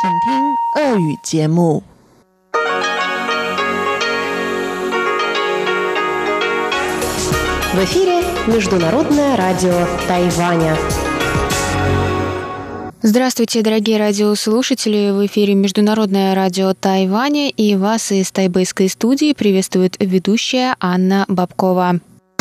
请听俄语节目。 В эфире Международное радио Тайваня. Здравствуйте, дорогие радиослушатели! В эфире Международное радио Тайваня, и вас из тайбэйской студии приветствует ведущая Анна Бабкова.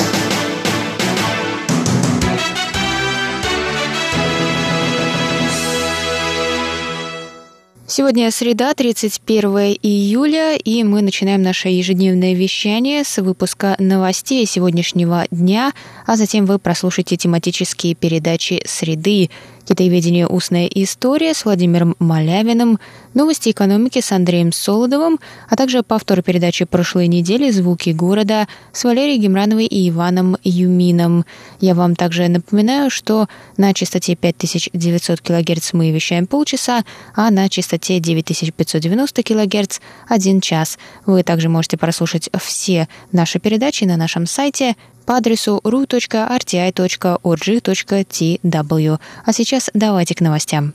Сегодня среда, 31 июля, и мы начинаем наше ежедневное вещание с выпуска новостей сегодняшнего дня, а затем вы прослушаете тематические передачи «Среды», «Китаеведение. Устная история» с Владимиром Малявиным, новости экономики с Андреем Солодовым, а также повтор передачи прошлой недели «Звуки города» с Валерией Гемрановой и Иваном Юмином. Я вам также напоминаю, что на частоте 5900 кГц мы вещаем полчаса, а на частоте 9590 кГц – 1 час. Вы также можете прослушать все наши передачи на нашем сайте по адресу ru.rti.org.tw. А сейчас давайте к новостям.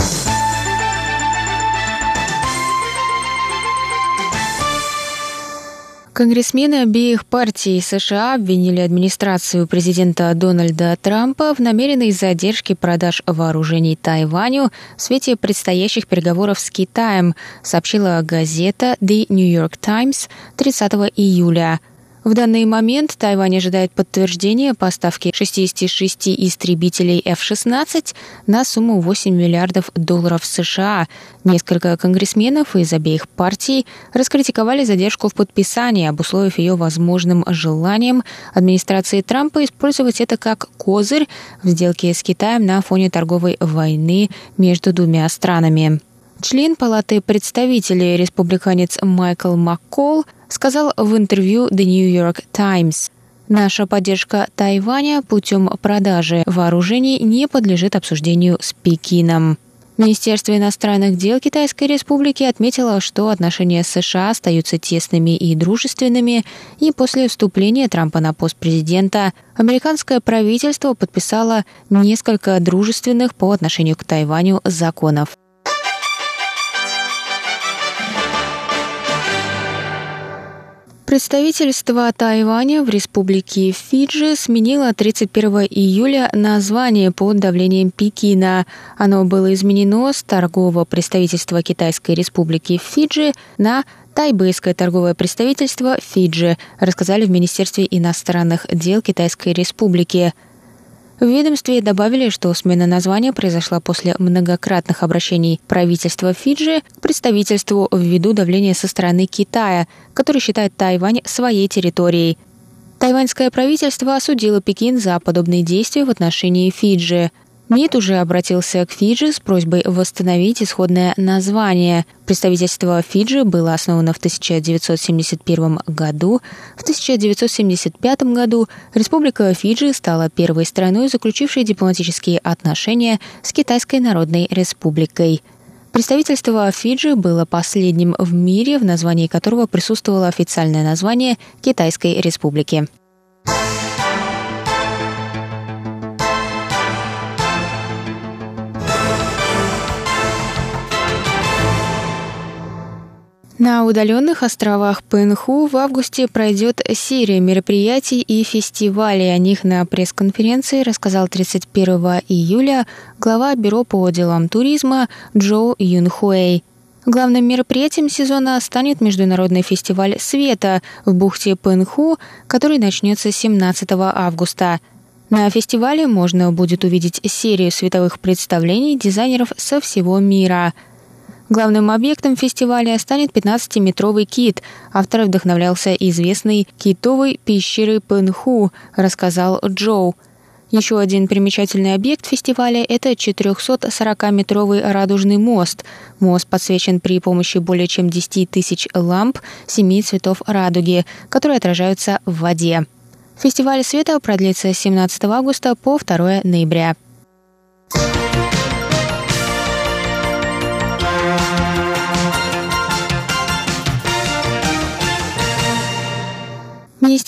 Конгрессмены обеих партий США обвинили администрацию президента Дональда Трампа в намеренной задержке продаж вооружений Тайваню в свете предстоящих переговоров с Китаем, сообщила газета The New York Times 30 июля. В данный момент Тайвань ожидает подтверждения поставки 66 истребителей F-16 на сумму $8 миллиардов США. Несколько конгрессменов из обеих партий раскритиковали задержку в подписании, обусловив ее возможным желанием администрации Трампа использовать это как козырь в сделке с Китаем на фоне торговой войны между двумя странами. Член Палаты представителей, республиканец Майкл Маккол, сказал в интервью The New York Times: «Наша поддержка Тайваня путем продажи вооружений не подлежит обсуждению с Пекином». Министерство иностранных дел Китайской Республики отметило, что отношения с США остаются тесными и дружественными, и после вступления Трампа на пост президента американское правительство подписало несколько дружественных по отношению к Тайваню законов. Представительство Тайваня в Республике Фиджи сменило 31 июля название под давлением Пекина. Оно было изменено с торгового представительства Китайской Республики Фиджи на Тайбэйское торговое представительство Фиджи, рассказали в Министерстве иностранных дел Китайской Республики. В ведомстве добавили, что смена названия произошла после многократных обращений правительства Фиджи к представительству ввиду давления со стороны Китая, который считает Тайвань своей территорией. Тайваньское правительство осудило Пекин за подобные действия в отношении Фиджи. МИД уже обратился к Фиджи с просьбой восстановить исходное название. Представительство Фиджи было основано в 1971 году. В 1975 году Республика Фиджи стала первой страной, заключившей дипломатические отношения с Китайской Народной Республикой. Представительство Фиджи было последним в мире, в названии которого присутствовало официальное название Китайской Республики. На удаленных островах Пэнху в августе пройдет серия мероприятий и фестивалей. О них на пресс-конференции рассказал 31 июля глава Бюро по делам туризма Джоу Юнхуэй. Главным мероприятием сезона станет Международный фестиваль света в бухте Пэнху, который начнется 17 августа. На фестивале можно будет увидеть серию световых представлений дизайнеров со всего мира. Главным объектом фестиваля станет 15-метровый кит. Автор вдохновлялся известной китовой пещерой Пэнху, рассказал Джоу. Еще один примечательный объект фестиваля – это 440-метровый радужный мост. Мост подсвечен при помощи более чем 10 тысяч ламп 7 цветов радуги, которые отражаются в воде. Фестиваль света продлится с 17 августа по 2 ноября.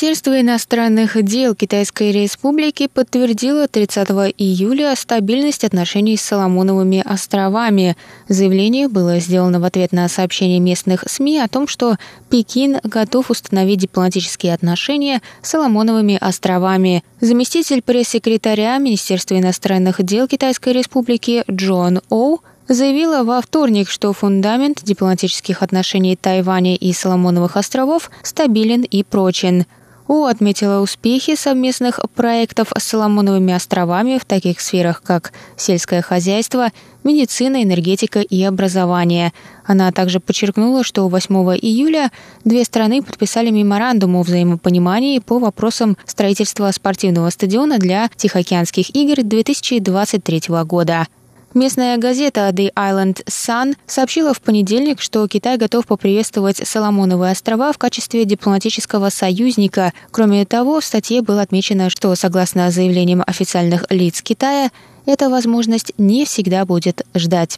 Министерство иностранных дел Китайской Республики подтвердило 30 июля стабильность отношений с Соломоновыми островами. Заявление было сделано в ответ на сообщение местных СМИ о том, что Пекин готов установить дипломатические отношения с Соломоновыми островами. Заместитель пресс-секретаря Министерства иностранных дел Китайской Республики Джон Оу заявила во вторник, что фундамент дипломатических отношений Тайваня и Соломоновых островов стабилен и прочен. Оу отметила успехи совместных проектов с Соломоновыми островами в таких сферах, как сельское хозяйство, медицина, энергетика и образование. Она также подчеркнула, что 8 июля две страны подписали меморандум о взаимопонимании по вопросам строительства спортивного стадиона для Тихоокеанских игр 2023 года. Местная газета The Island Sun сообщила в понедельник, что Китай готов поприветствовать Соломоновые острова в качестве дипломатического союзника. Кроме того, в статье было отмечено, что, согласно заявлениям официальных лиц Китая, эта возможность не всегда будет ждать.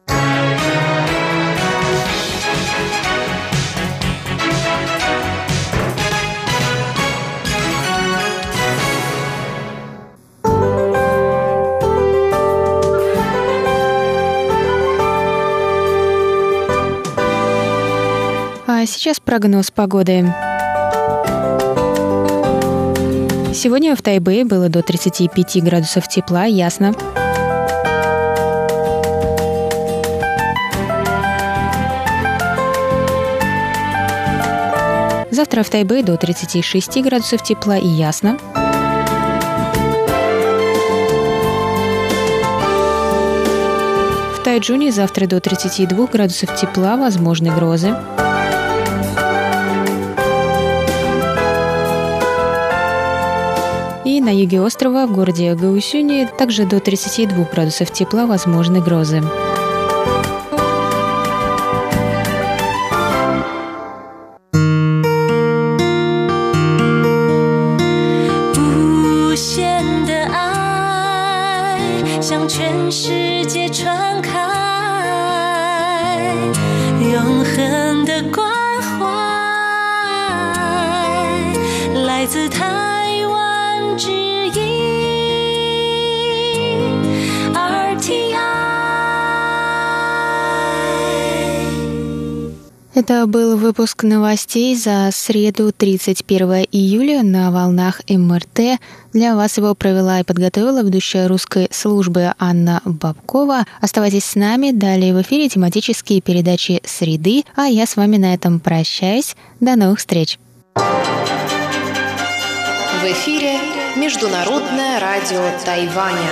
А сейчас прогноз погоды. Сегодня в Тайбэе было до 35 градусов тепла, ясно. Завтра в Тайбэе до 36 градусов тепла и ясно. В Тайчжуне завтра до 32 градусов тепла, возможны грозы. И на юге острова, в городе Гаосюне, также до 32 градусов тепла, возможны грозы. Это был выпуск новостей за среду, 31 июля на волнах МРТ. Для вас его провела и подготовила ведущая русской службы Анна Бабкова. Оставайтесь с нами. Далее в эфире тематические передачи «Среды». А я с вами на этом прощаюсь. До новых встреч. В эфире Международное радио Тайваня.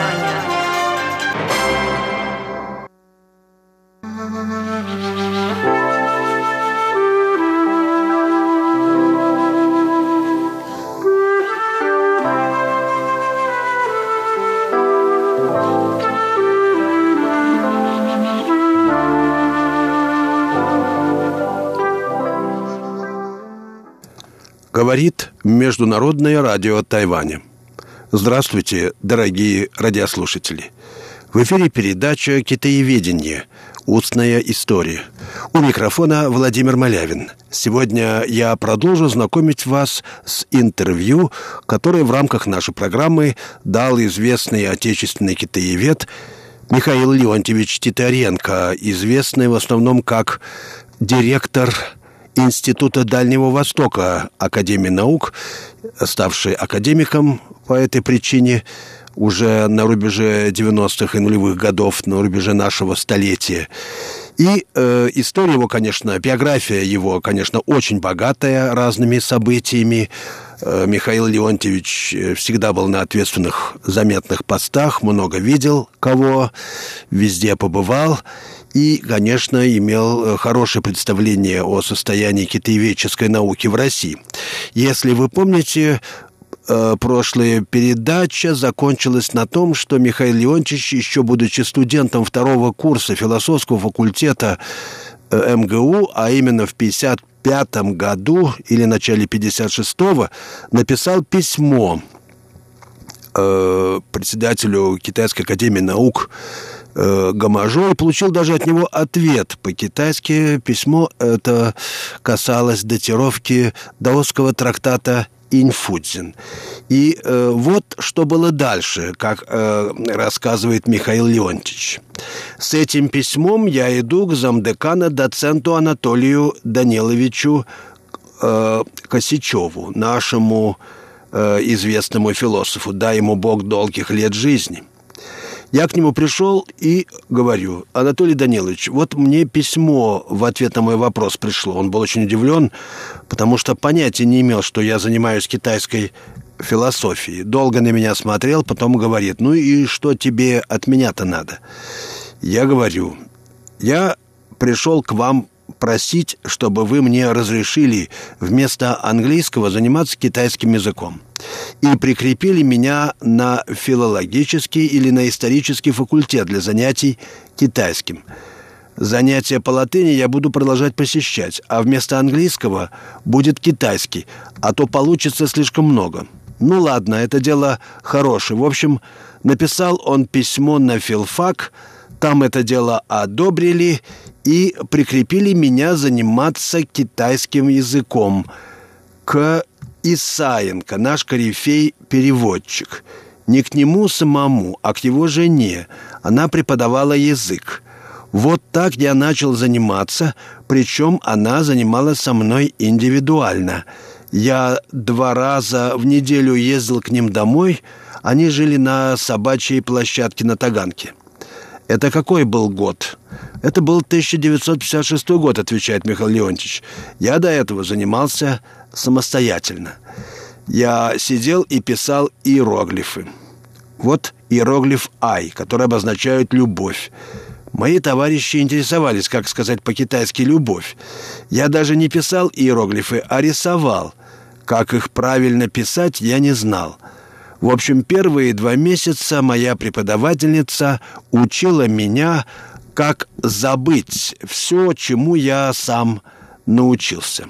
Говорит Международное радио Тайваня. Здравствуйте, дорогие радиослушатели. В эфире передача «Китаеведение. Устная история». У микрофона Владимир Малявин. Сегодня я продолжу знакомить вас с интервью, которое в рамках нашей программы дал известный отечественный китаевед Михаил Леонтьевич Титаренко, известный в основном как директор Института Дальнего Востока Академии наук, ставший академиком по этой причине уже на рубеже 90-х и нулевых годов, на рубеже нашего столетия. И история его, конечно, биография его, конечно, очень богатая разными событиями. Михаил Леонтьевич всегда был на ответственных, заметных постах, много видел кого, везде побывал. И, конечно, имел хорошее представление о состоянии китаеведческой науки в России. Если вы помните, прошлая передача закончилась на том, что Михаил Леонтьевич, еще будучи студентом второго курса философского факультета МГУ, а именно в 1955 году или начале 1956-го, написал письмо председателю Китайской академии наук Гамажо и получил даже от него ответ по-китайски. Письмо это касалось датировки даосского трактата Инфудзин. И вот что было дальше, как рассказывает Михаил Леонтьевич. С этим письмом я иду к замдекана доценту Анатолию Даниловичу Косичеву, нашему известному философу, дай ему Бог долгих лет жизни. Я к нему пришел и говорю: Анатолий Данилович, вот мне письмо в ответ на мой вопрос пришло. Он был очень удивлен, потому что понятия не имел, что я занимаюсь китайской философией. Долго на меня смотрел, потом говорит: ну и что тебе от меня-то надо? Я говорю: я пришел к вам просить, чтобы вы мне разрешили вместо английского заниматься китайским языком и прикрепили меня на филологический или на исторический факультет для занятий китайским. Занятия по латыни я буду продолжать посещать, а вместо английского будет китайский, а то получится слишком много. Ну ладно, это дело хорошее. В общем, написал он письмо на филфак, там это дело одобрили и прикрепили меня заниматься китайским языком к Исаенко, наш корифей-переводчик. Не к нему самому, а к его жене. Она преподавала язык. Вот так я начал заниматься, причем она занималась со мной индивидуально. Я 2 раза в неделю ездил к ним домой, они жили на собачьей площадке на Таганке. Это какой был год? Это был 1956 год, отвечает Михаил Леонтьевич. Я до этого занимался самостоятельно. Я сидел и писал иероглифы. Вот иероглиф «ай», который обозначает «любовь». Мои товарищи интересовались, как сказать по-китайски «любовь». Я даже не писал иероглифы, а рисовал. Как их правильно писать, я не знал. В общем, первые 2 месяца моя преподавательница учила меня, как забыть все, чему я сам научился.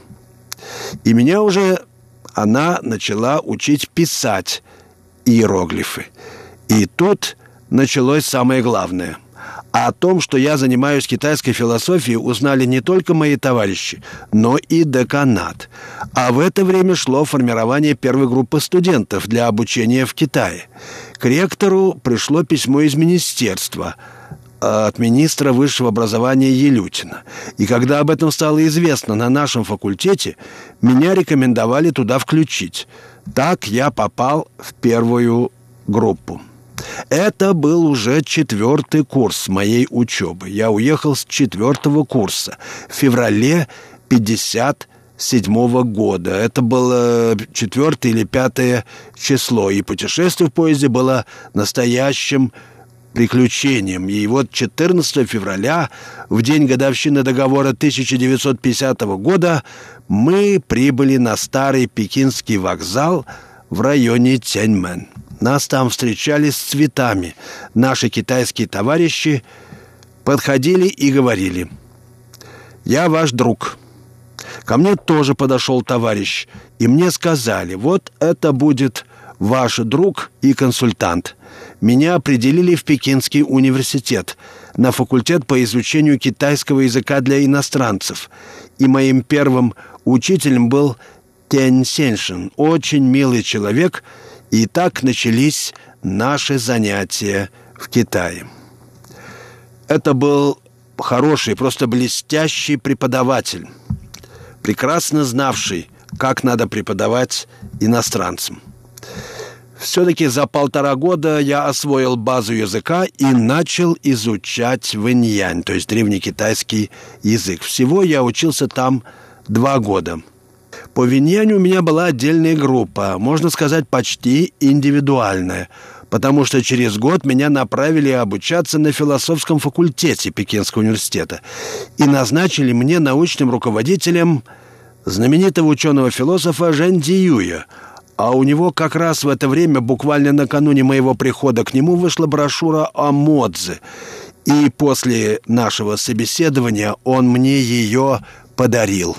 И меня уже она начала учить писать иероглифы. И тут началось самое главное. О том, что я занимаюсь китайской философией, узнали не только мои товарищи, но и деканат. А в это время шло формирование первой группы студентов для обучения в Китае. К ректору пришло письмо из министерства от министра высшего образования Елютина. И когда об этом стало известно на нашем факультете, меня рекомендовали туда включить. Так я попал в первую группу. Это был уже 4-й курс моей учебы. Я уехал с 4-го курса в феврале 1957 года. Это было 4 или 5 число. И путешествие в поезде было настоящим приключением. И вот 14 февраля, в день годовщины договора 1950 года, мы прибыли на старый пекинский вокзал в районе Тяньмэнь. Нас там встречали с цветами. Наши китайские товарищи подходили и говорили: «Я ваш друг». Ко мне тоже подошел товарищ, и мне сказали: «Вот это будет ваш друг и консультант». Меня определили в Пекинский университет на факультет по изучению китайского языка для иностранцев. И моим первым учителем был Тянь Сеньшин, очень милый человек. И так начались наши занятия в Китае. Это был хороший, просто блестящий преподаватель, прекрасно знавший, как надо преподавать иностранцам. Все-таки за 1,5 года я освоил базу языка и начал изучать вэньянь, то есть древнекитайский язык. Всего я учился там 2 года. По вэньяню у меня была отдельная группа, можно сказать, почти индивидуальная, потому что через год меня направили обучаться на философском факультете Пекинского университета и назначили мне научным руководителем знаменитого ученого-философа Жэн Дiyuя. А у него как раз в это время, буквально накануне моего прихода к нему, вышла брошюра о Модзе. И после нашего собеседования он мне ее подарил.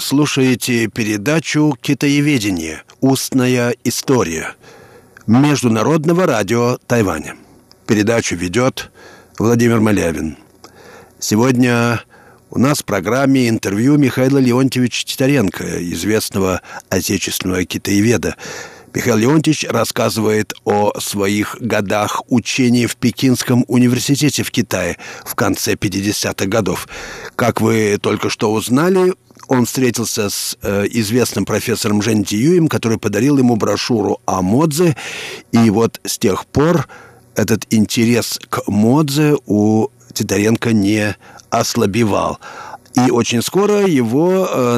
слушаете передачу «Китаеведение. Устная история» Международного радио Тайваня. Передачу ведет Владимир Малявин. Сегодня у нас в программе интервью Михаила Леонтьевича Титаренко, известного отечественного китаеведа. Михаил Леонтьевич рассказывает о своих годах учения в Пекинском университете в Китае в конце 50-х годов. Как вы только что узнали, он встретился с известным профессором Жень Цзиюем, который подарил ему брошюру о Модзе. И вот с тех пор этот интерес к Модзе у Титаренко не ослабевал. И очень скоро его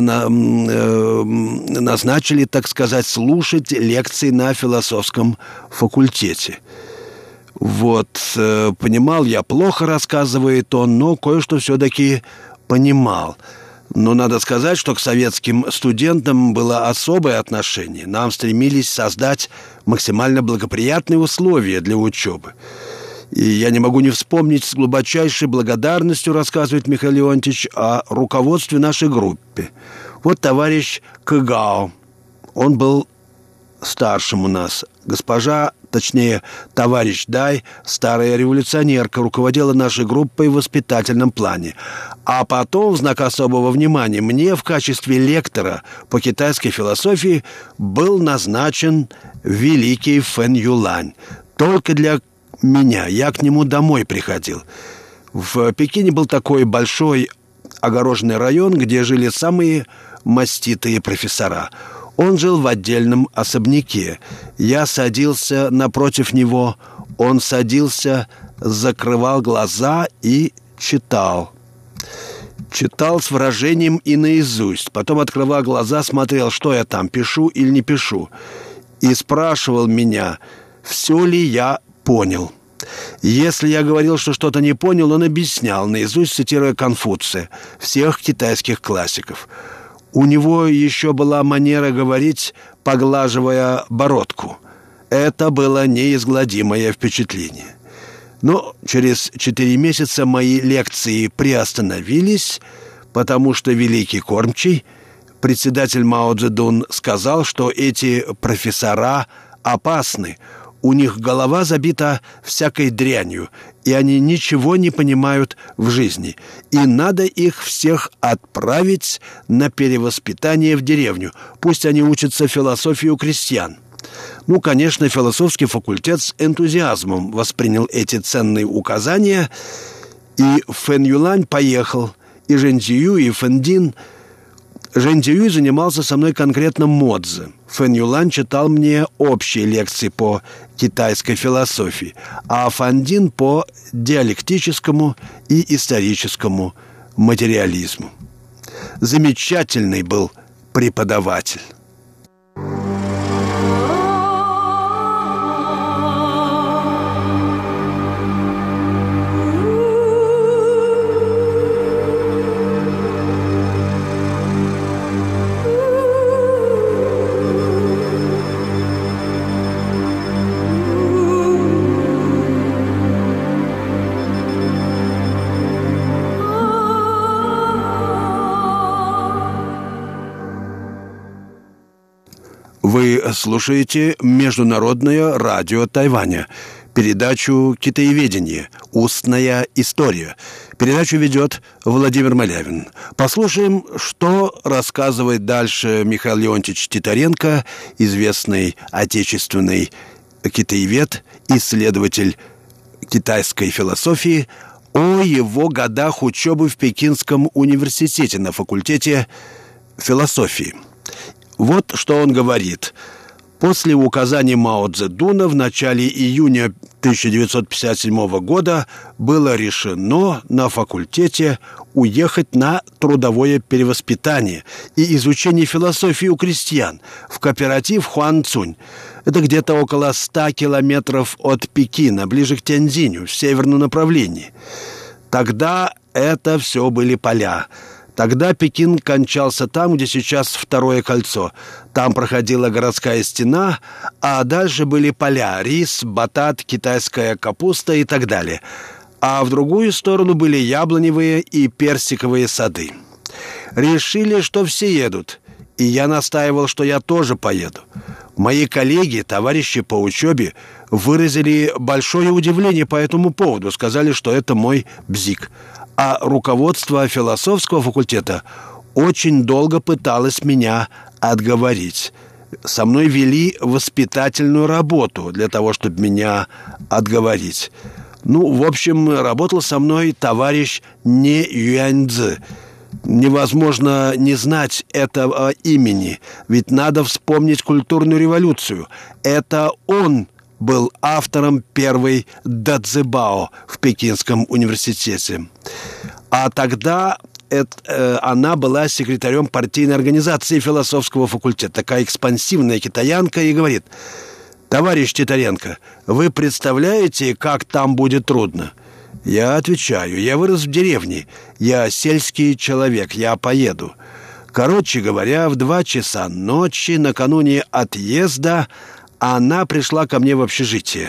назначили, так сказать, слушать лекции на философском факультете. Вот, понимал я плохо, рассказывает он, но кое-что все-таки понимал. Но надо сказать, что к советским студентам было особое отношение. Нам стремились создать максимально благоприятные условия для учебы. И я не могу не вспомнить с глубочайшей благодарностью, рассказывает Михаил Леонтьевич, о руководстве нашей группы. Вот товарищ Кыгао, он был старшим у нас. Госпожа, точнее, товарищ Дай, старая революционерка, руководила нашей группой в воспитательном плане. А потом, в знак особого внимания, мне в качестве лектора по китайской философии был назначен великий Фэн Юлань. Только для меня. Я к нему домой приходил. В Пекине был такой большой огороженный район, где жили самые маститые профессора. Он жил в отдельном особняке. Я садился напротив него. Он садился, закрывал глаза и читал. Читал с выражением и наизусть. Потом, открывая глаза, смотрел, что я там, пишу или не пишу. И спрашивал меня, все ли я понял. Если я говорил, что что-то не понял, он объяснял, наизусть цитируя Конфуция, всех китайских классиков. У него еще была манера говорить, поглаживая бородку. Это было неизгладимое впечатление. Но через 4 месяца мои лекции приостановились, потому что великий кормчий, председатель Мао Цзэдун, сказал, что эти профессора опасны. У них голова забита всякой дрянью, и они ничего не понимают в жизни. И надо их всех отправить на перевоспитание в деревню. Пусть они учатся философии у крестьян. Ну, конечно, философский факультет с энтузиазмом воспринял эти ценные указания, и Фэн Юлань поехал, и Жень Цзию, и Фэн Дин. Жень Цзию занимался со мной конкретно Модзе. Фэн Юлань читал мне общие лекции по китайской философии, а Фэн Дин по диалектическому и историческому материализму. Замечательный был преподаватель. Вы слушаете Международное радио Тайваня, передачу «Китаеведение. Устная история». Передачу ведет Владимир Малявин. Послушаем, что рассказывает дальше Михаил Леонтьевич Титаренко, известный отечественный китаевед, исследователь китайской философии, о его годах учебы в Пекинском университете на факультете философии. Вот что он говорит. После указаний Мао Цзэдуна в начале июня 1957 года было решено на факультете уехать на трудовое перевоспитание и изучение философии у крестьян в кооператив Хуанцунь. Это где-то около 100 километров от Пекина, ближе к Тяньцзиню, в северном направлении. Тогда это все были поля. Тогда Пекин кончался там, где сейчас Второе кольцо. Там проходила городская стена, а дальше были поля, рис, батат, китайская капуста и так далее. А в другую сторону были яблоневые и персиковые сады. Решили, что все едут, и я настаивал, что я тоже поеду. Мои коллеги, товарищи по учебе, выразили большое удивление по этому поводу, сказали, что это мой бзик. А руководство философского факультета очень долго пыталось меня отговорить. Со мной вели воспитательную работу для того, чтобы меня отговорить. В общем, работал со мной товарищ Не Юаньцзы. Невозможно не знать этого имени, ведь надо вспомнить культурную революцию. Это он был автором первой дацзибао в Пекинском университете. А тогда она была секретарем партийной организации философского факультета, такая экспансивная китаянка, и говорит: «Товарищ Титаренко, вы представляете, как там будет трудно?» Я отвечаю: «Я вырос в деревне, я сельский человек, я поеду». Короче говоря, в 2 часа ночи, накануне отъезда, она пришла ко мне в общежитие.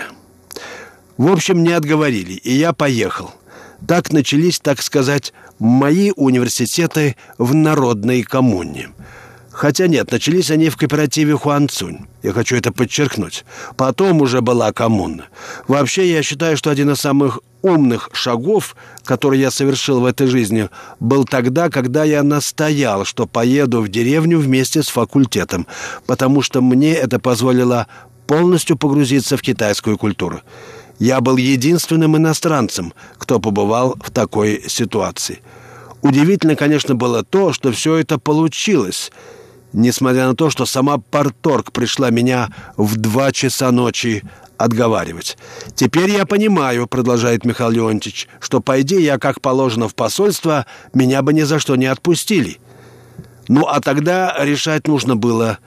В общем, не отговорили, и я поехал. Так начались, так сказать, мои университеты в народной коммуне. Хотя нет, начались они в кооперативе Хуанцунь. Я хочу это подчеркнуть. Потом уже была коммуна. Вообще, я считаю, что один из самых умных шагов, который я совершил в этой жизни, был тогда, когда я настоял, что поеду в деревню вместе с факультетом, потому что мне это позволило полностью погрузиться в китайскую культуру. Я был единственным иностранцем, кто побывал в такой ситуации. Удивительно, конечно, было то, что все это получилось, несмотря на то, что сама парторг пришла меня в 2 часа ночи отговаривать. «Теперь я понимаю, — продолжает Михаил Леонтьевич, — что, пойди я как положено в посольство, меня бы ни за что не отпустили». А тогда решать нужно было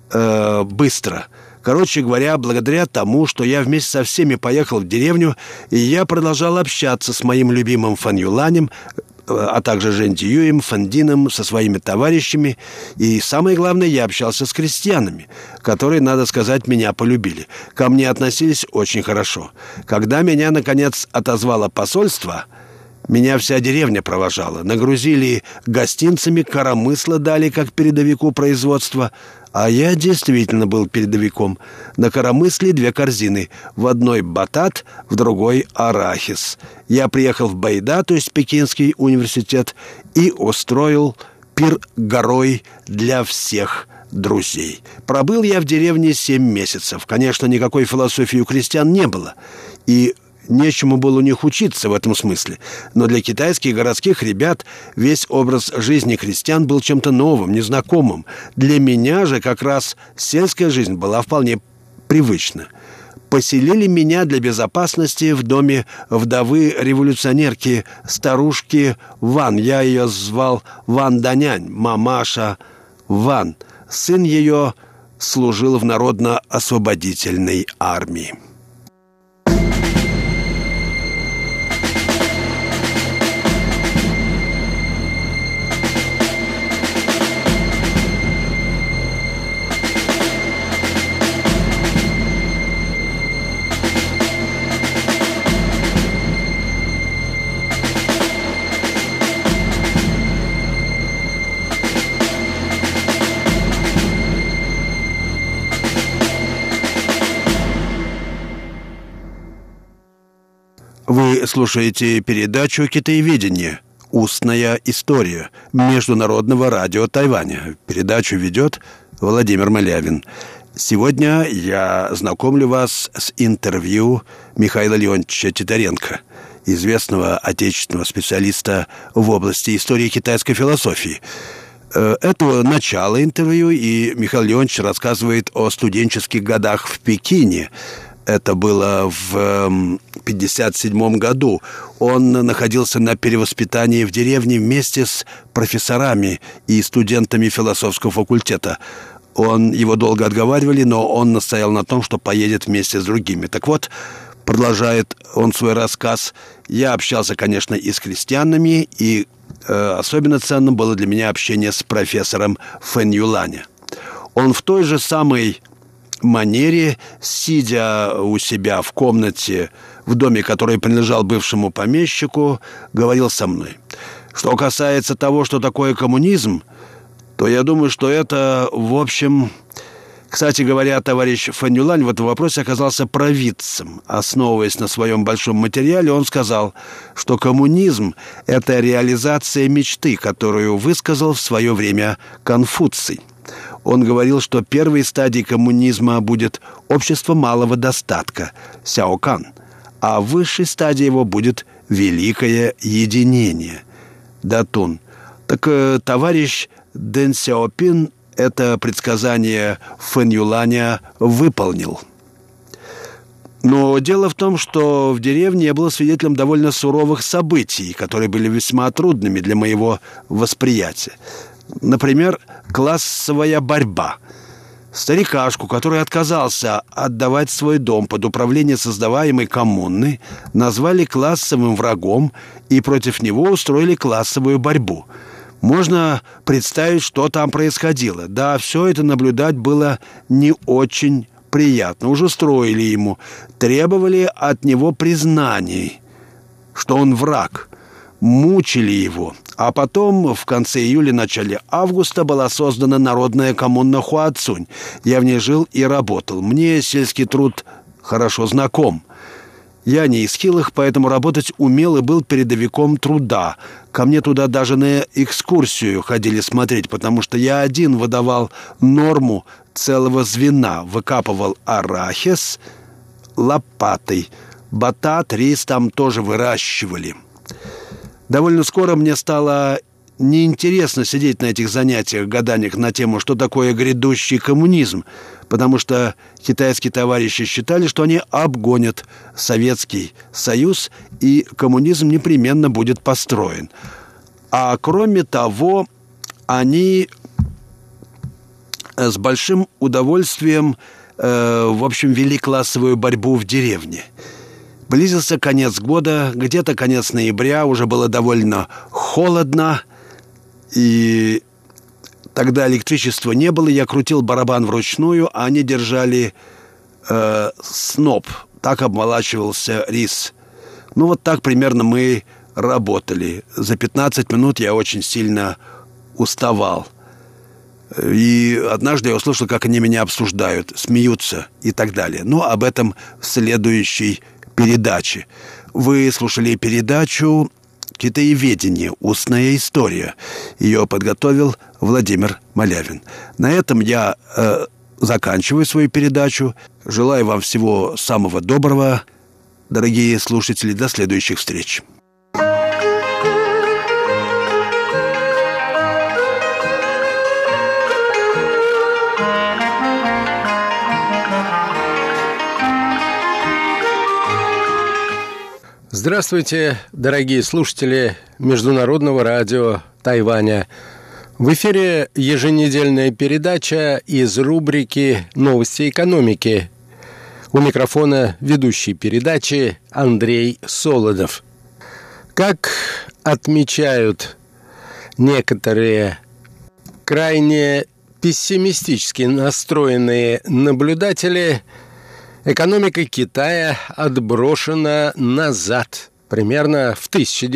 быстро. Короче говоря, благодаря тому, что я вместе со всеми поехал в деревню, и я продолжал общаться с моим любимым Фан Юланем, а также Жен Дьюем, Фан Дином, со своими товарищами. И самое главное, я общался с крестьянами, которые, надо сказать, меня полюбили. Ко мне относились очень хорошо. Когда меня, наконец, отозвало посольство, меня вся деревня провожала. Нагрузили гостинцами, коромысло дали как передовику производства. А я действительно был передовиком. На коромысле 2 корзины. В одной батат, в другой арахис. Я приехал в Байда, то есть Пекинский университет, и устроил пир горой для всех друзей. Пробыл я в деревне 7 месяцев. Конечно, никакой философии у крестьян не было. И нечему было у них учиться в этом смысле. Но для китайских городских ребят весь образ жизни крестьян был чем-то новым, незнакомым. Для меня же как раз сельская жизнь была вполне привычна. Поселили меня для безопасности в доме вдовы революционерки, старушки Ван. Я ее звал Ван Данянь, мамаша Ван. Сын ее служил в Народно-освободительной армии. Вы слушаете передачу «Китаеведение. Устная история» Международного радио Тайваня. Передачу ведет Владимир Малявин. Сегодня я знакомлю вас с интервью Михаила Леонтьевича Титаренко, известного отечественного специалиста в области истории китайской философии. Это начало интервью, и Михаил Леонтьевич рассказывает о студенческих годах в Пекине. Это было в 1957 году. Он находился на перевоспитании в деревне вместе с профессорами и студентами философского факультета. Его долго отговаривали, но он настоял на том, что поедет вместе с другими. Так вот, продолжает он свой рассказ, я общался, конечно, и с крестьянами, и особенно ценным было для меня общение с профессором Фэн Юланя. Он в той же самой манере, сидя у себя в комнате в доме, который принадлежал бывшему помещику, говорил со мной: Что касается того, что такое коммунизм, то я думаю, что это, в общем... Кстати говоря, товарищ Фанюлань в этом вопросе оказался провидцем. Основываясь на своем большом материале, он сказал, что коммунизм – это реализация мечты, которую высказал в свое время Конфуций. Он говорил, что первой стадией коммунизма будет общество малого достатка – сяокан, а высшей стадией его будет великое единение – датун. Так товарищ Дэн Сяопин это предсказание Фэньюланя выполнил. Но дело в том, что в деревне я был свидетелем довольно суровых событий, которые были весьма трудными для моего восприятия. Например, классовая борьба. Старикашку, который отказался отдавать свой дом под управление создаваемой коммуны, назвали классовым врагом и против него устроили классовую борьбу. Можно представить, что там происходило. Да, все это наблюдать было не очень приятно. Уже строили ему, требовали от него признаний, что он враг. Мучили его. А потом, в конце июля, начале августа, была создана народная коммуна Хуацунь. Я в ней жил и работал. Мне сельский труд хорошо знаком. Я не из хилых, поэтому работать умел и был передовиком труда. Ко мне туда даже на экскурсию ходили смотреть, потому что я один выдавал норму целого звена, выкапывал арахис лопатой. Батат, рис там тоже выращивали. Довольно скоро мне стало неинтересно сидеть на этих занятиях, гаданиях на тему, что такое грядущий коммунизм, потому что китайские товарищи считали, что они обгонят Советский Союз, и коммунизм непременно будет построен. А кроме того, они с большим удовольствием, в общем, вели классовую борьбу в деревне. Близился конец года, где-то конец ноября, уже было довольно холодно, и тогда электричества не было, я крутил барабан вручную, а они держали сноп, так обмолачивался рис. Ну, вот так примерно мы работали. За 15 минут я очень сильно уставал. И однажды я услышал, как они меня обсуждают, смеются и так далее. Но об этом в следующей передаче. Вы слушали передачу «Китаеведение. Устная история». Ее подготовил Владимир Малявин. На этом я заканчиваю свою передачу. Желаю вам всего самого доброго, дорогие слушатели. До следующих встреч. Здравствуйте, дорогие слушатели Международного радио Тайваня. В эфире еженедельная передача из рубрики «Новости экономики». У микрофона ведущий передачи Андрей Солодов. Как отмечают некоторые крайне пессимистически настроенные наблюдатели, экономика Китая отброшена назад, примерно в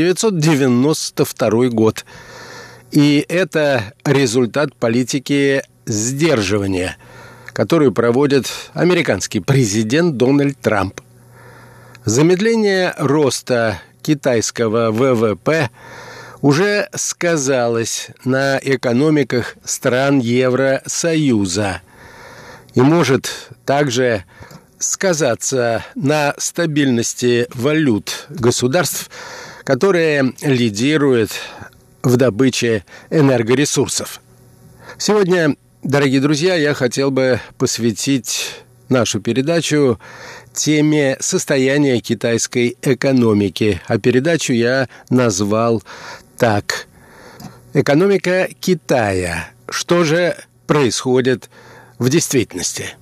1992 год. И это результат политики сдерживания, которую проводит американский президент Дональд Трамп. Замедление роста китайского ВВП уже сказалось на экономиках стран Евросоюза и может также сказаться на стабильности валют государств, которые лидируют в добыче энергоресурсов. Сегодня, дорогие друзья, я хотел бы посвятить нашу передачу теме состояния китайской экономики. А передачу я назвал так: «Экономика Китая. Что же происходит в действительности?»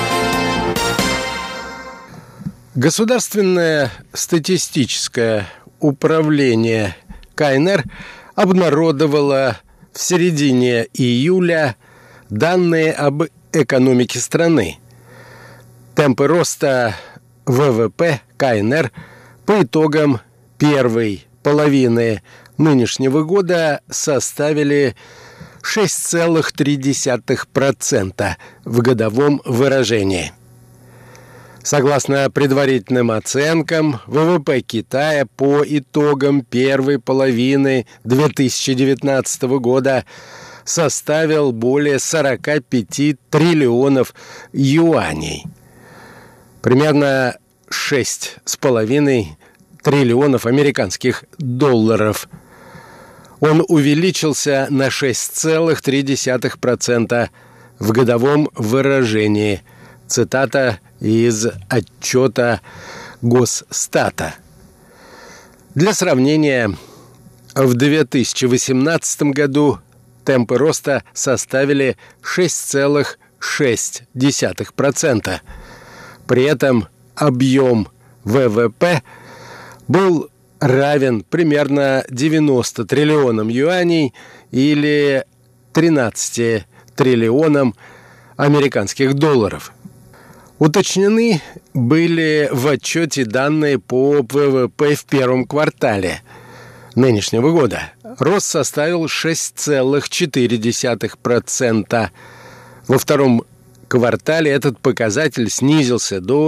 Государственное статистическое управление КНР обнародовало в середине июля данные об экономике страны. Темпы роста ВВП КНР по итогам первой половины нынешнего года составили 6,3% в годовом выражении. Согласно предварительным оценкам, ВВП Китая по итогам первой половины 2019 года составил более 45 триллионов юаней. Примерно 6,5 триллионов американских долларов. Он увеличился на 6,3% в годовом выражении. Цитата из отчета Госстата. Для сравнения, в 2018 году темпы роста составили 6,6%. При этом объем ВВП был равен примерно 90 триллионам юаней или 13 триллионам американских долларов. Уточнены были в отчете данные по ВВП в первом квартале нынешнего года. Рост составил 6,4%. Во втором квартале этот показатель снизился до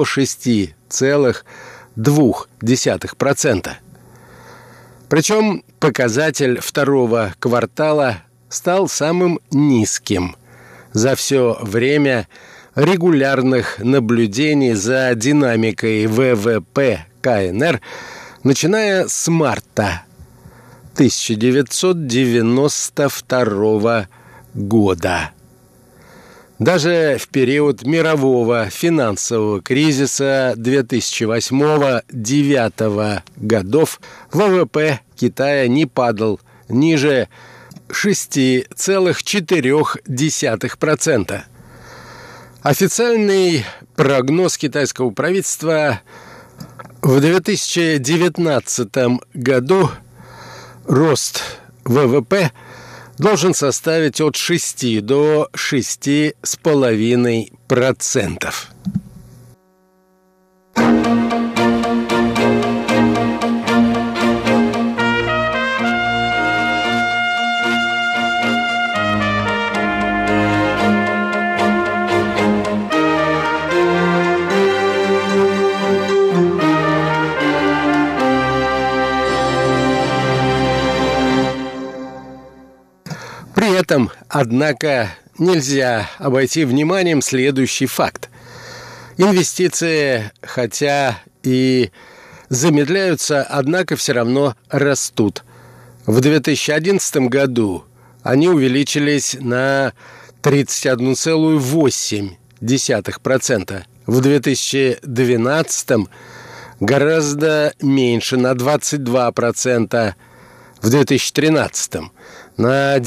6,2%. Причем показатель второго квартала стал самым низким за все время регулярных наблюдений за динамикой ВВП КНР, начиная с марта 1992 года. Даже в период мирового финансового кризиса 2008-2009 годов ВВП Китая не падал ниже 6,4%. Официальный прогноз китайского правительства: в 2019 году рост ВВП должен составить от 6 до 6,5%. При этом, однако, нельзя обойти вниманием следующий факт. Инвестиции, хотя и замедляются, однако все равно растут. В 2011 году они увеличились на 31,8%. В 2012 гораздо меньше, на 22%. В 2013 на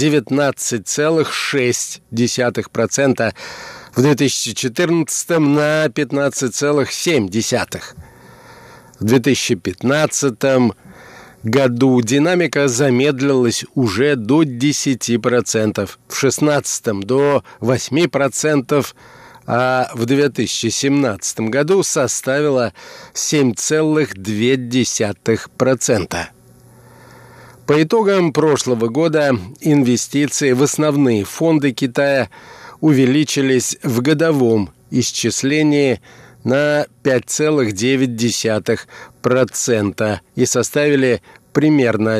19,6%, в 2014 на 15,7%. В 2015 году динамика замедлилась уже до 10%, в 2016 до 8%, а в 2017 году составила 7,2%. По итогам прошлого года инвестиции в основные фонды Китая увеличились в годовом исчислении на 5,9% и составили примерно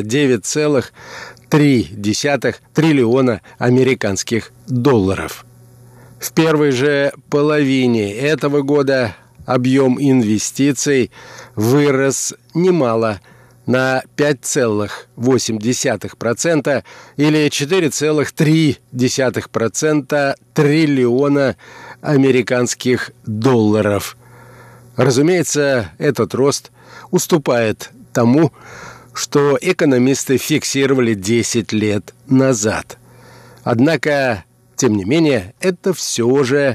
9,3 триллиона американских долларов. В первой же половине этого года объем инвестиций вырос немало, на 5,8% или 4,3% триллиона американских долларов. Разумеется, этот рост уступает тому, что экономисты фиксировали 10 лет назад. Однако, тем не менее, это все же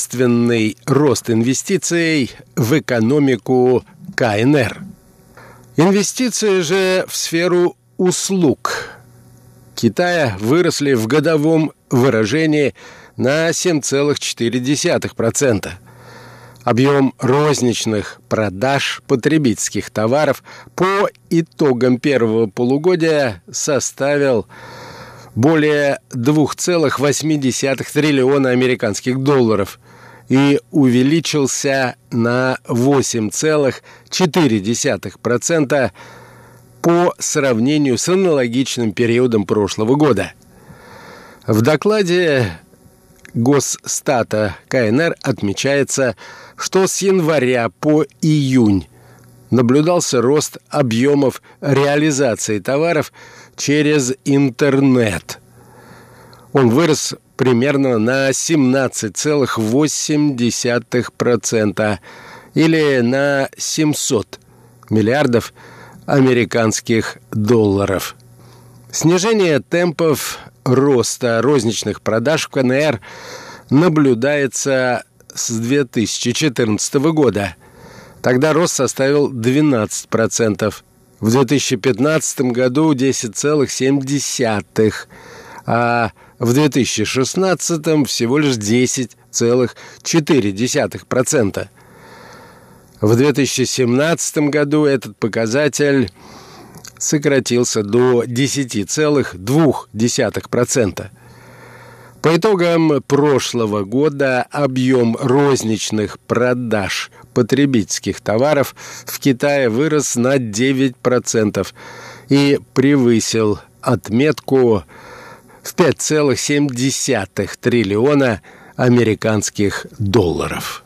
существенный рост инвестиций в экономику КНР. Инвестиции же в сферу услуг Китая выросли в годовом выражении на 7,4%. Объем розничных продаж потребительских товаров по итогам первого полугодия составил более 2,8 триллиона американских долларов и увеличился на 8,4% по сравнению с аналогичным периодом прошлого года. В докладе Госсстата КНР отмечается, что с января по июнь наблюдался рост объемов реализации товаров через интернет. Он вырос примерно на 17,8% или на 700 миллиардов американских долларов. Снижение темпов роста розничных продаж в КНР наблюдается с 2014 года. Тогда рост составил 12%. В 2015 году 10,7%, а в 2016 всего лишь 10,4%. В 2017 году этот показатель сократился до 10,2%. По итогам прошлого года объем розничных продаж потребительских товаров в Китае вырос на 9% и превысил отметку в 5,7 триллиона американских долларов.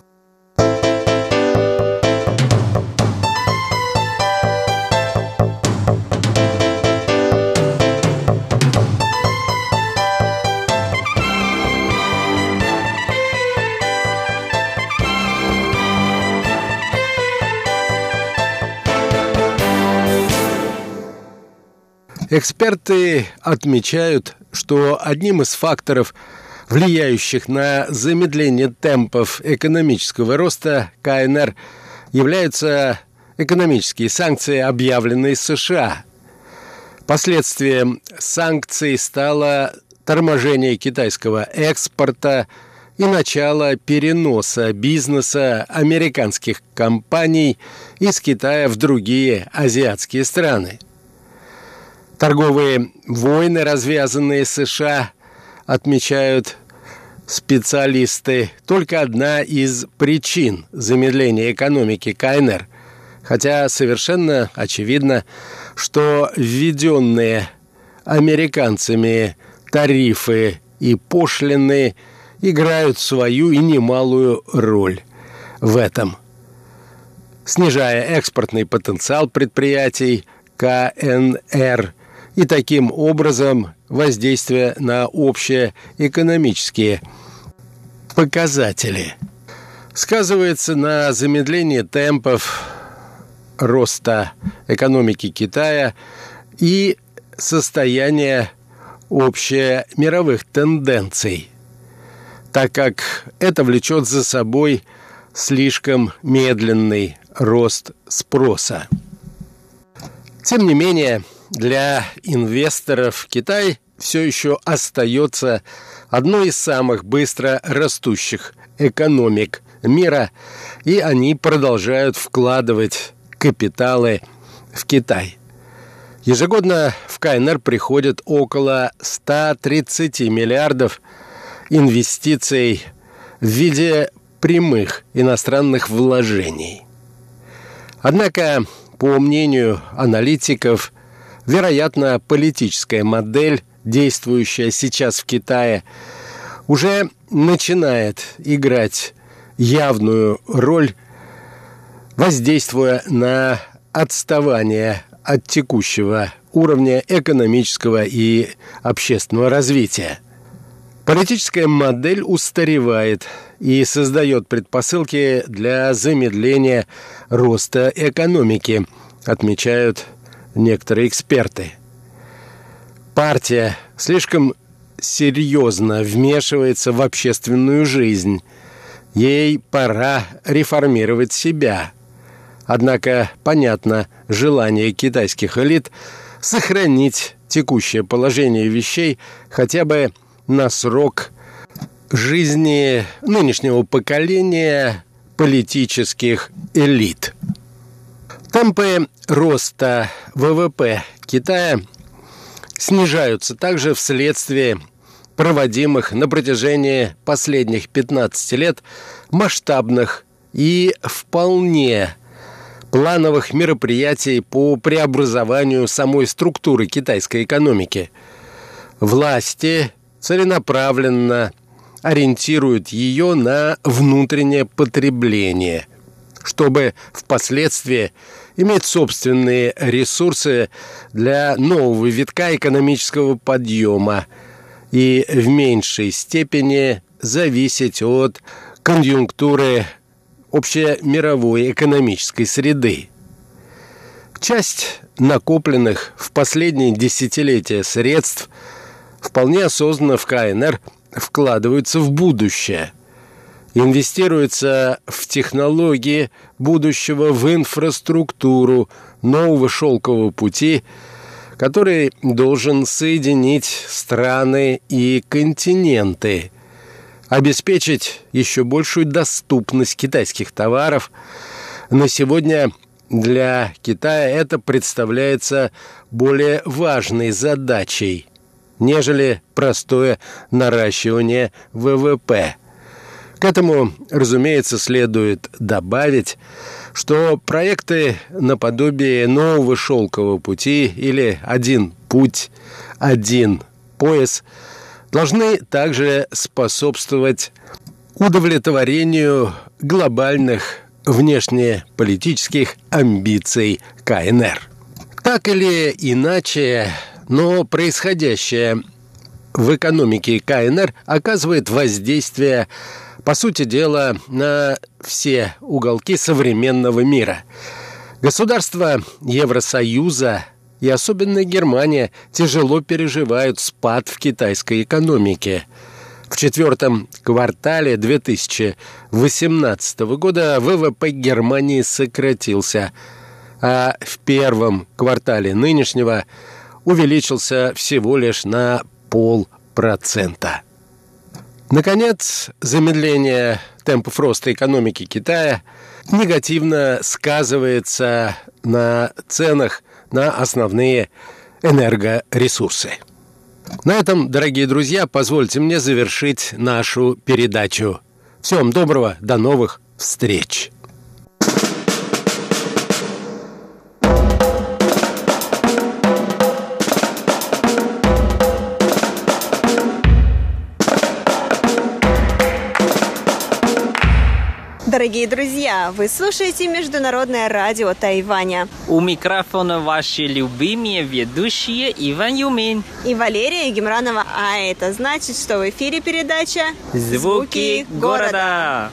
Эксперты отмечают, что одним из факторов, влияющих на замедление темпов экономического роста КНР, являются экономические санкции, объявленные США. Последствием санкций стало торможение китайского экспорта и начало переноса бизнеса американских компаний из Китая в другие азиатские страны. Торговые войны, развязанные США, отмечают специалисты, только одна из причин замедления экономики КНР, хотя совершенно очевидно, что введенные американцами тарифы и пошлины играют свою и немалую роль в этом, снижая экспортный потенциал предприятий КНР и таким образом воздействие на общие экономические показатели. Сказывается на замедлении темпов роста экономики Китая и состояние общемировых тенденций, так как это влечет за собой слишком медленный рост спроса. Тем не менее, для инвесторов Китай все еще остается одной из самых быстро растущих экономик мира, и они продолжают вкладывать капиталы в Китай. Ежегодно в КНР приходит около 130 миллиардов инвестиций в виде прямых иностранных вложений. Однако, по мнению аналитиков, вероятно, политическая модель, действующая сейчас в Китае, уже начинает играть явную роль, воздействуя на отставание от текущего уровня экономического и общественного развития. Политическая модель устаревает и создает предпосылки для замедления роста экономики, отмечают некоторые эксперты. Партия слишком серьезно вмешивается в общественную жизнь. Ей пора реформировать себя. Однако понятно желание китайских элит сохранить текущее положение вещей хотя бы на срок жизни нынешнего поколения политических элит. Темпы роста ВВП Китая снижаются также вследствие проводимых на протяжении последних 15 лет масштабных и вполне плановых мероприятий по преобразованию самой структуры китайской экономики. Власти целенаправленно ориентируют ее на внутреннее потребление, чтобы впоследствии иметь собственные ресурсы для нового витка экономического подъема и в меньшей степени зависеть от конъюнктуры общемировой экономической среды. Часть накопленных в последние десятилетия средств вполне осознанно в КНР вкладываются в будущее. Инвестируется в технологии будущего, в инфраструктуру нового шелкового пути, который должен соединить страны и континенты, обеспечить еще большую доступность китайских товаров. На сегодня для Китая это представляется более важной задачей, нежели простое наращивание ВВП. К этому, разумеется, следует добавить, что проекты наподобие нового шелкового пути или «Один путь, один пояс» должны также способствовать удовлетворению глобальных внешнеполитических амбиций КНР. Так или иначе, но происходящее в экономике КНР оказывает воздействие, по сути дела, на все уголки современного мира. Государства Евросоюза и особенно Германия тяжело переживают спад в китайской экономике. В четвертом квартале 2018 года ВВП Германии сократился, а в первом квартале нынешнего увеличился всего лишь на 0,5%. Наконец, замедление темпов роста экономики Китая негативно сказывается на ценах на основные энергоресурсы. На этом, дорогие друзья, позвольте мне завершить нашу передачу. Всего вам доброго, до новых встреч! Дорогие друзья, вы слушаете Международное радио Тайваня. У микрофона ваши любимые ведущие Иван Юмин И Валерия Гемранова. А это значит, что в эфире передача «Звуки города».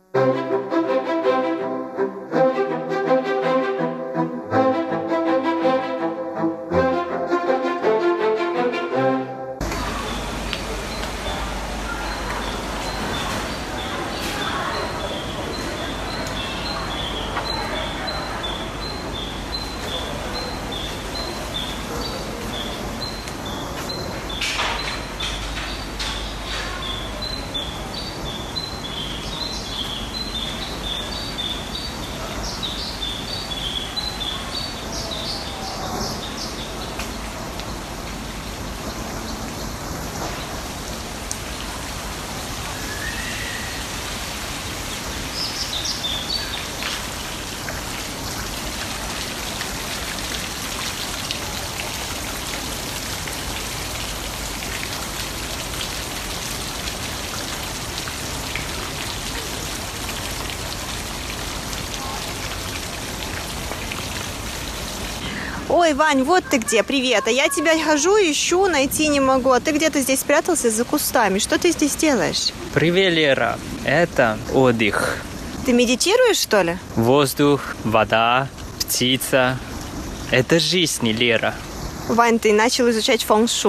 Ой, Вань, вот ты где, привет. А я тебя хожу, ищу, найти не могу. А ты где-то здесь спрятался за кустами. Что ты здесь делаешь? Привет, Лера. Это отдых. Ты медитируешь, что ли? Воздух, вода, птица. Это жизнь, Лера. Вань, ты начал изучать фeng-шуй?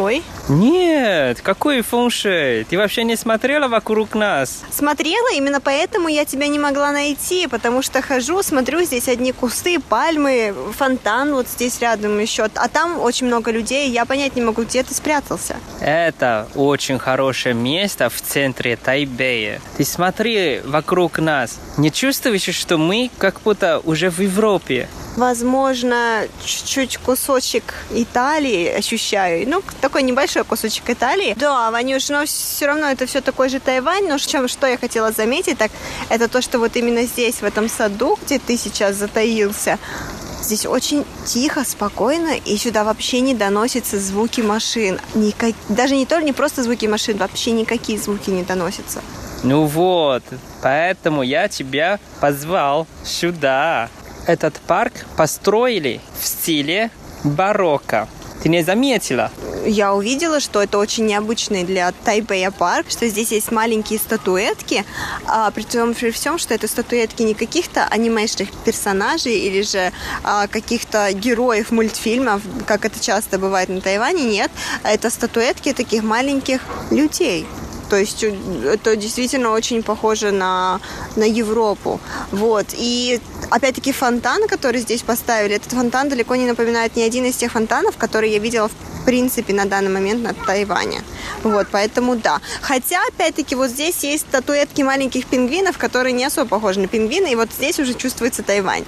Нет, какой фэншуй? Ты вообще не смотрела вокруг нас? Смотрела, именно поэтому я тебя не могла найти, потому что хожу, смотрю, здесь одни кусты, пальмы, фонтан вот здесь рядом еще, а там очень много людей, я понять не могу, где ты спрятался. Это очень хорошее место в центре Тайбэя. Ты смотри вокруг нас. Не чувствуешь, что мы как будто уже в Европе? Возможно, чуть-чуть кусочек Италии ощущаю. Ну, такой небольшой кусочек Италии. Да, Ванюш, но все равно это все такой же Тайвань. Но что я хотела заметить, так это то, что вот именно здесь, в этом саду, где ты сейчас затаился, здесь очень тихо, спокойно, и сюда вообще не доносятся звуки машин. Даже не просто звуки машин, вообще никакие звуки не доносятся. Ну вот, поэтому я тебя позвал сюда. Этот парк построили в стиле барокко. Ты не заметила? Я увидела, что это очень необычный для Тайбэя парк, что здесь есть маленькие статуэтки, при всем, что это статуэтки не каких-то анимешных персонажей или же каких-то героев мультфильмов, как это часто бывает на Тайване, нет. Это статуэтки таких маленьких людей. То есть это действительно очень похоже на Европу. Вот. И опять-таки фонтан, который здесь поставили, этот фонтан далеко не напоминает ни один из тех фонтанов, которые я видела в принципе на данный момент на Тайване. Вот, поэтому да. Хотя, опять-таки, вот здесь есть статуэтки маленьких пингвинов, которые не особо похожи на пингвины, и вот здесь уже чувствуется Тайвань.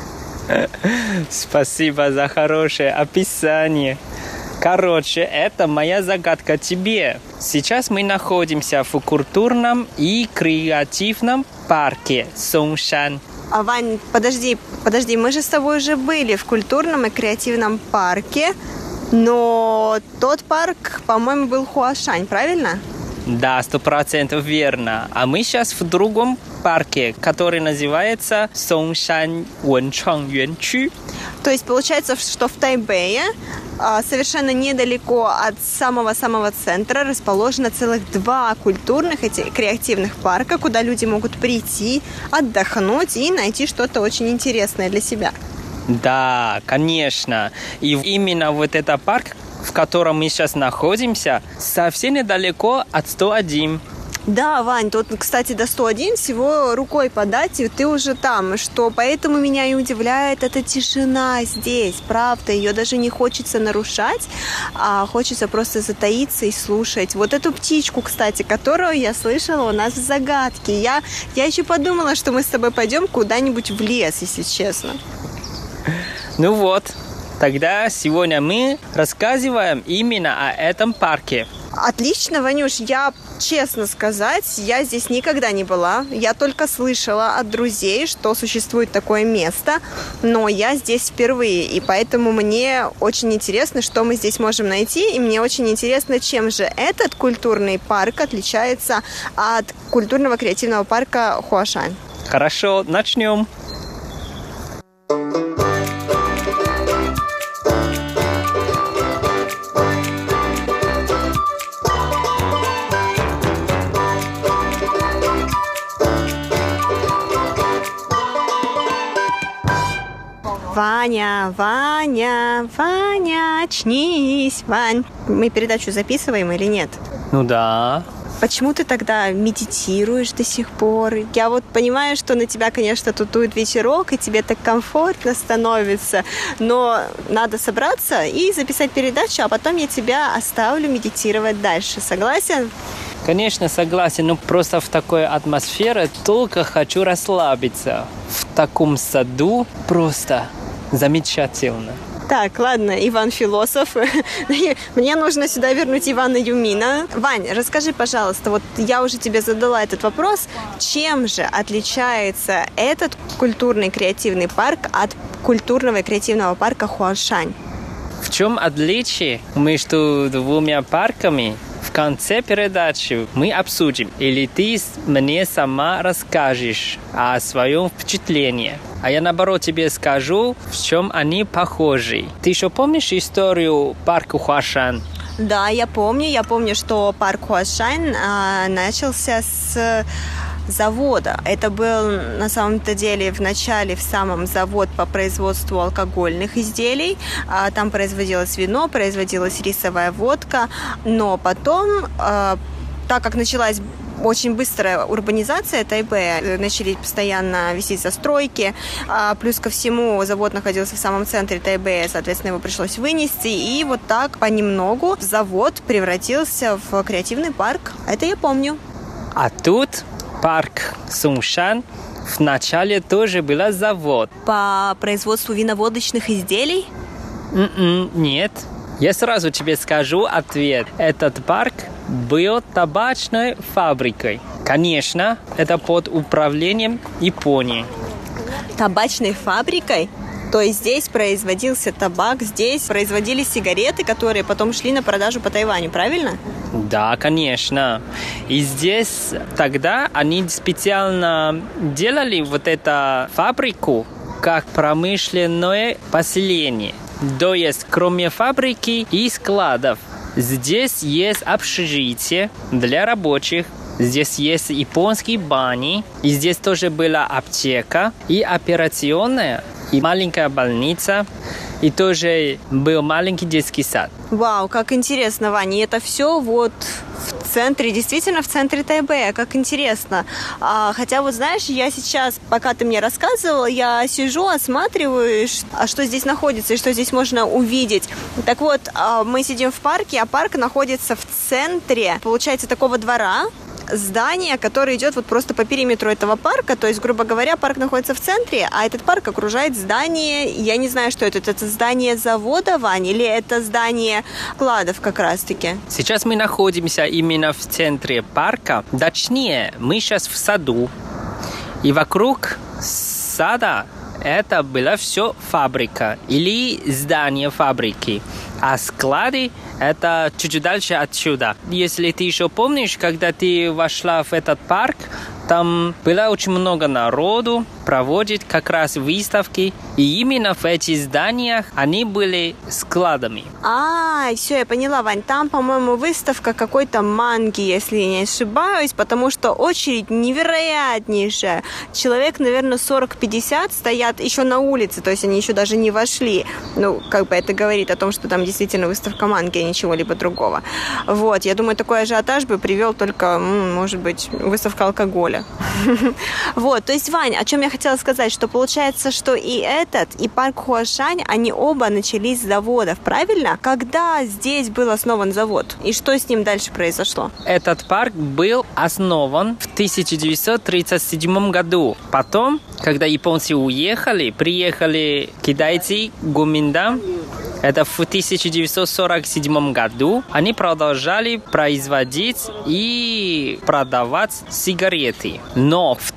Спасибо за хорошее описание. Короче, это моя загадка тебе. Сейчас мы находимся в культурном и креативном парке Сонгшань. Вань, подожди, мы же с тобой уже были в культурном и креативном парке, но тот парк, по-моему, был Хуашань, правильно? Да, 100% верно. А мы сейчас в другом парке, который называется Сонгшань Вэнчуан Юанчу. То есть получается, что в Тайбэе совершенно недалеко от самого-самого центра расположено целых 2 культурных и креативных парка, куда люди могут прийти, отдохнуть и найти что-то очень интересное для себя. Да, конечно. И именно вот этот парк, в котором мы сейчас находимся, совсем недалеко от 101. Да, Вань, тут, кстати, до 101 всего рукой подать, и ты уже там. Что поэтому меня и удивляет эта тишина здесь, правда. Ее даже не хочется нарушать, а хочется просто затаиться и слушать. Вот эту птичку, кстати, которую я слышала у нас в загадке. Я еще подумала, что мы с тобой пойдем куда-нибудь в лес, если честно. Ну вот, тогда сегодня мы рассказываем именно о этом парке. Отлично, Ванюш, я, честно сказать, я здесь никогда не была. Я только слышала от друзей, что существует такое место, но я здесь впервые, и поэтому мне очень интересно, что мы здесь можем найти, и мне очень интересно, чем же этот культурный парк отличается от культурного креативного парка Хуашань. Хорошо, начнем. Ваня, очнись, Вань. Мы передачу записываем или нет? Ну да. Почему ты тогда медитируешь до сих пор? Я вот понимаю, что на тебя, конечно, тут дует ветерок, и тебе так комфортно становится, но надо собраться и записать передачу, а потом я тебя оставлю медитировать дальше. Согласен? Конечно, согласен, но просто в такой атмосфере только хочу расслабиться. В таком саду просто замечательно. Так, ладно, Иван философ. Мне нужно сюда вернуть Ивана Юмина. Вань, расскажи, пожалуйста, вот я уже тебе задала этот вопрос. Чем же отличается этот культурный креативный парк от культурного и креативного парка Хуашань? В чем отличие между двумя парками? В конце передачи мы обсудим, или ты мне сама расскажешь о своем впечатлении. А я, наоборот, тебе скажу, в чем они похожи. Ты еще помнишь историю парка Хуашань? Да, я помню, что парк Хуашань начался с завода. Это был на самом-то деле в начале в самом завод по производству алкогольных изделий. Там производилось вино, производилась рисовая водка, но потом, так как началась очень быстрая урбанизация Тайбэя, начали постоянно висеть застройки, плюс ко всему завод находился в самом центре Тайбэя, соответственно, его пришлось вынести, и вот так понемногу завод превратился в креативный парк. Это я помню. А тут парк Суншань вначале тоже был завод. По производству виноводочных изделий? Нет. Я сразу тебе скажу ответ. Этот парк был табачной фабрикой. Конечно, это под управлением Японии. Табачной фабрикой? То есть здесь производился табак, здесь производились сигареты, которые потом шли на продажу по Тайваню, правильно? Да, конечно. И здесь тогда они специально делали вот эту фабрику как промышленное поселение. То есть, кроме фабрики и складов, здесь есть общежитие для рабочих, здесь есть японские бани, и здесь тоже была аптека, и операционная, и маленькая больница, и тоже был маленький детский сад. Вау, как интересно, Ваня, и это все вот в центре, действительно в центре Тайбэя, как интересно. Хотя вот знаешь, я сейчас, пока ты мне рассказывала, я сижу, осматриваю, что здесь находится и что здесь можно увидеть. Так вот, мы сидим в парке, а парк находится в центре, получается, такого двора, здание, которое идет вот просто по периметру этого парка, то есть, грубо говоря, парк находится в центре, а этот парк окружает здание, я не знаю, что это здание завода, Вань, или это здание складов как раз-таки? Сейчас мы находимся именно в центре парка, точнее, мы сейчас в саду, и вокруг сада это была все фабрика или здание фабрики. А склады – это чуть-чуть дальше отсюда. Если ты еще помнишь, когда ты вошла в этот парк, там было очень много народу, проводит как раз выставки. И именно в этих зданиях они были складами. Все, я поняла, Вань. Там, по-моему, выставка какой-то манги, если я не ошибаюсь, потому что очередь невероятнейшая. Человек, наверное, 40-50 стоят еще на улице, то есть они еще даже не вошли. Ну, как бы это говорит о том, что там действительно выставка манги, а ничего либо другого. Вот, я думаю, такой ажиотаж бы привел только, может быть, выставка алкоголя. Вот, то есть, Вань, о чем я хотела сказать, что получается, что и этот, и парк Хуашань, они оба начались с заводов, правильно? Когда здесь был основан завод? И что с ним дальше произошло? Этот парк был основан в 1937 году. Потом, когда японцы уехали, приехали китайцы, Гоминдан. Это в 1947 году они продолжали производить и продавать сигареты. Но в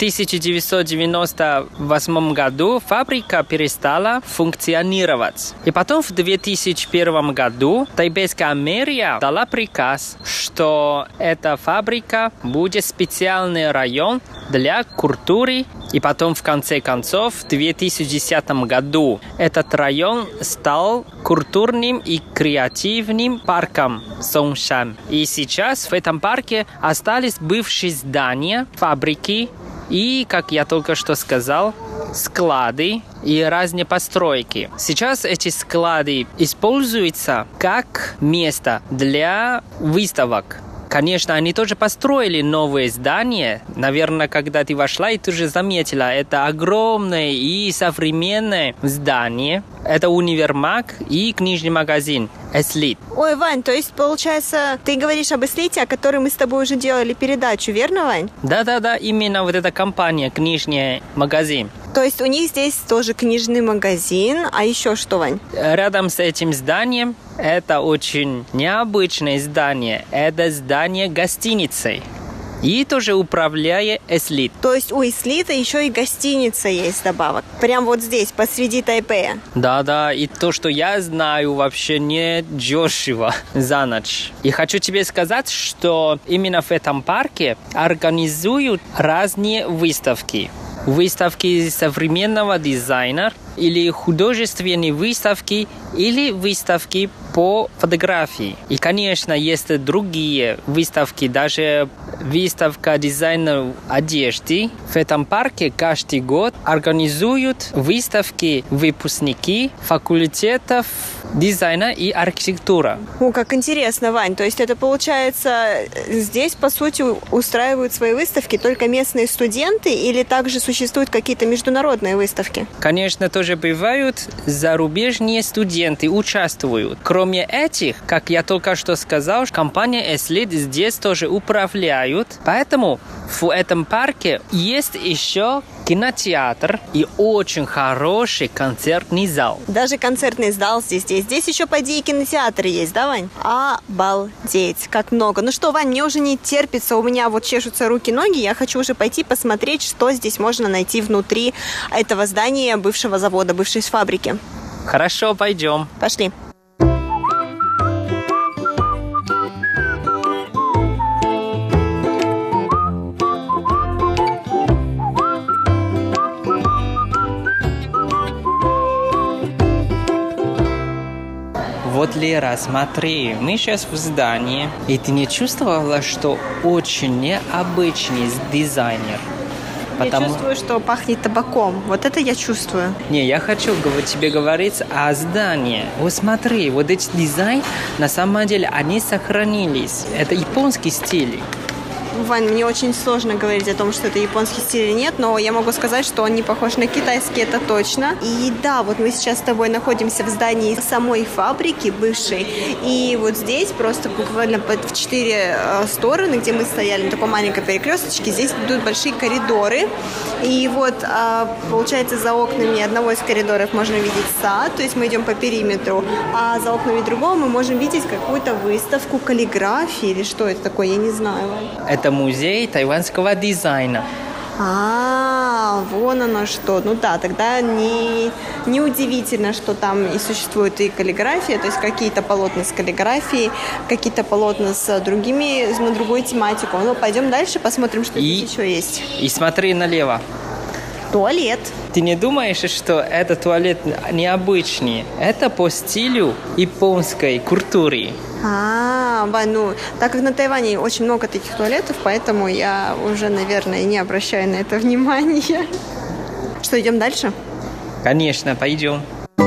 1998 году фабрика перестала функционировать. И потом в 2001 году тайбэйская мэрия дала приказ, что эта фабрика будет специальный район для культуры. И потом, в конце концов, в 2010 году этот район стал культурным и креативным парком Суншань. И сейчас в этом парке остались бывшие здания, фабрики и, как я только что сказал, склады и разные постройки. Сейчас эти склады используются как место для выставок. Конечно, они тоже построили новые здания. Наверное, когда ты вошла, и ты уже заметила, это огромное и современное здание. Это универмаг и книжный магазин «Эслит». Ой, Вань, то есть, получается, ты говоришь об «Эслите», о которой мы с тобой уже делали передачу, верно, Вань? Да, именно вот эта компания, книжный магазин. То есть у них здесь тоже книжный магазин, а еще что, Вань? Рядом с этим зданием это очень необычное здание. Это здание гостиницы. И тоже управляет «Эслит». То есть у «Эслита» еще и гостиница есть добавок. Прям вот здесь, посреди Тайбэя. Да, и то, что я знаю, вообще не дешево за ночь. И хочу тебе сказать, что именно в этом парке организуют разные выставки. Выставки современного дизайна, или художественные выставки, или выставки по фотографии. И, конечно, есть другие выставки, даже выставка дизайнеров одежды. В этом парке каждый год организуют выставки выпускники факультетов дизайна и архитектуры. О, как интересно, Вань. То есть это получается, здесь, по сути, устраивают свои выставки только местные студенты или также существуют какие-то международные выставки? Конечно, тоже бывают зарубежные студенты, участвуют. Кроме этих, как я только что сказал, компания S-Lead здесь тоже управляют. Поэтому в этом парке есть еще кинотеатр и очень хороший концертный зал. Даже концертный зал здесь есть. Здесь еще, поди, и кинотеатр есть, да, Вань? Обалдеть, как много. Ну что, Вань, мне уже не терпится, у меня вот чешутся руки-ноги, я хочу уже пойти посмотреть, что здесь можно найти внутри этого здания бывшего завода, бывшей фабрики. Хорошо, пойдем. Пошли. Вот, Лера, смотри, мы сейчас в здании, и ты не чувствовала, что очень необычный дизайнер? Я чувствую, что пахнет табаком. Вот это я чувствую. Не, я хочу тебе говорить о здании. Вот смотри, вот эти дизайны, на самом деле, они сохранились. Это японский стиль. Вань, мне очень сложно говорить о том, что это японский стиль или нет, но я могу сказать, что он не похож на китайский, это точно. И да, вот мы сейчас с тобой находимся в здании самой фабрики бывшей, и вот здесь просто буквально в 4 стороны, где мы стояли, на такой маленькой перекресточке, здесь идут большие коридоры, и вот, получается, за окнами одного из коридоров можно видеть сад, то есть мы идем по периметру, а за окнами другого мы можем видеть какую-то выставку каллиграфии, или что это такое, я не знаю. Это музей тайваньского дизайна. Вон оно что. Ну да, тогда не удивительно, что там и существует и каллиграфия, то есть какие-то полотна с каллиграфией, какие-то полотна с другими, на другую тематику. Ну, пойдем дальше, посмотрим, что здесь еще есть. И смотри налево. Туалет. Ты не думаешь, что этот туалет необычный? Это по стилю японской культуры. Вань, ну, так как на Тайване очень много таких туалетов, поэтому я уже, наверное, не обращаю на это внимания. Что, идем дальше? Конечно, пойдем.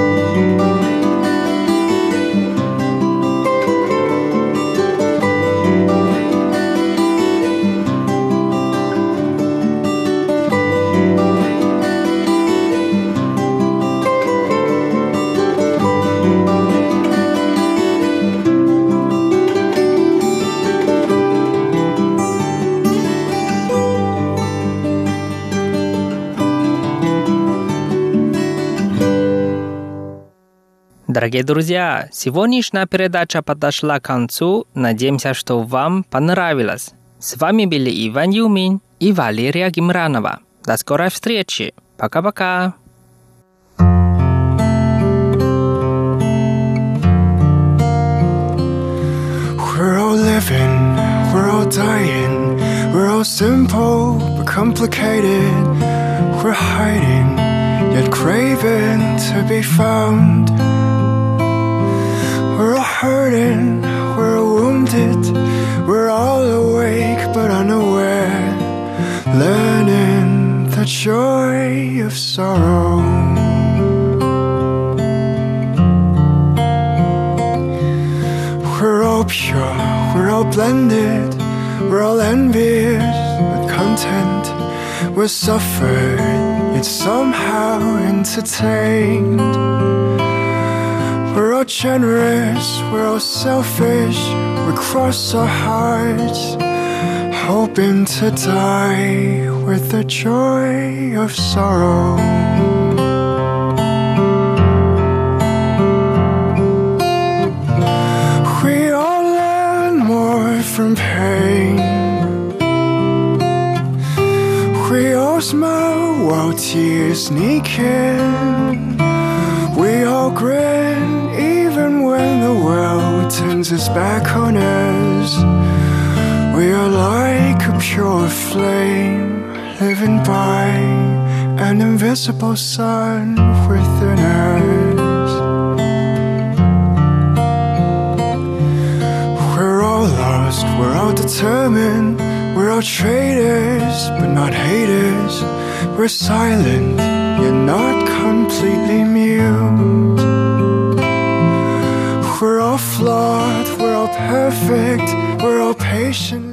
Дорогие друзья, сегодняшняя передача подошла к концу. Надеемся, что вам понравилось. С вами были Иван Юмин и Валерия Гимранова. До скорой встречи. Пока-пока. We're all living, we're all dying, we're all simple but complicated. We're hiding, yet craving to be found. We're all hurting, we're all wounded, we're all awake but unaware, learning the joy of sorrow. We're all pure, we're all blended, we're all envious with content. We're suffered, yet somehow entertained. We're all generous, we're all selfish, we cross our hearts, hoping to die with the joy of sorrow. We all learn more from pain. We all smile while tears sneak in. We all grin even when the world turns its back on us. We are like a pure flame living by an invisible sun within us. We're all lost, we're all determined, We're all traitors, but not haters. We're silent, yet not completely mute. We're all flawed, we're all perfect, we're all patient.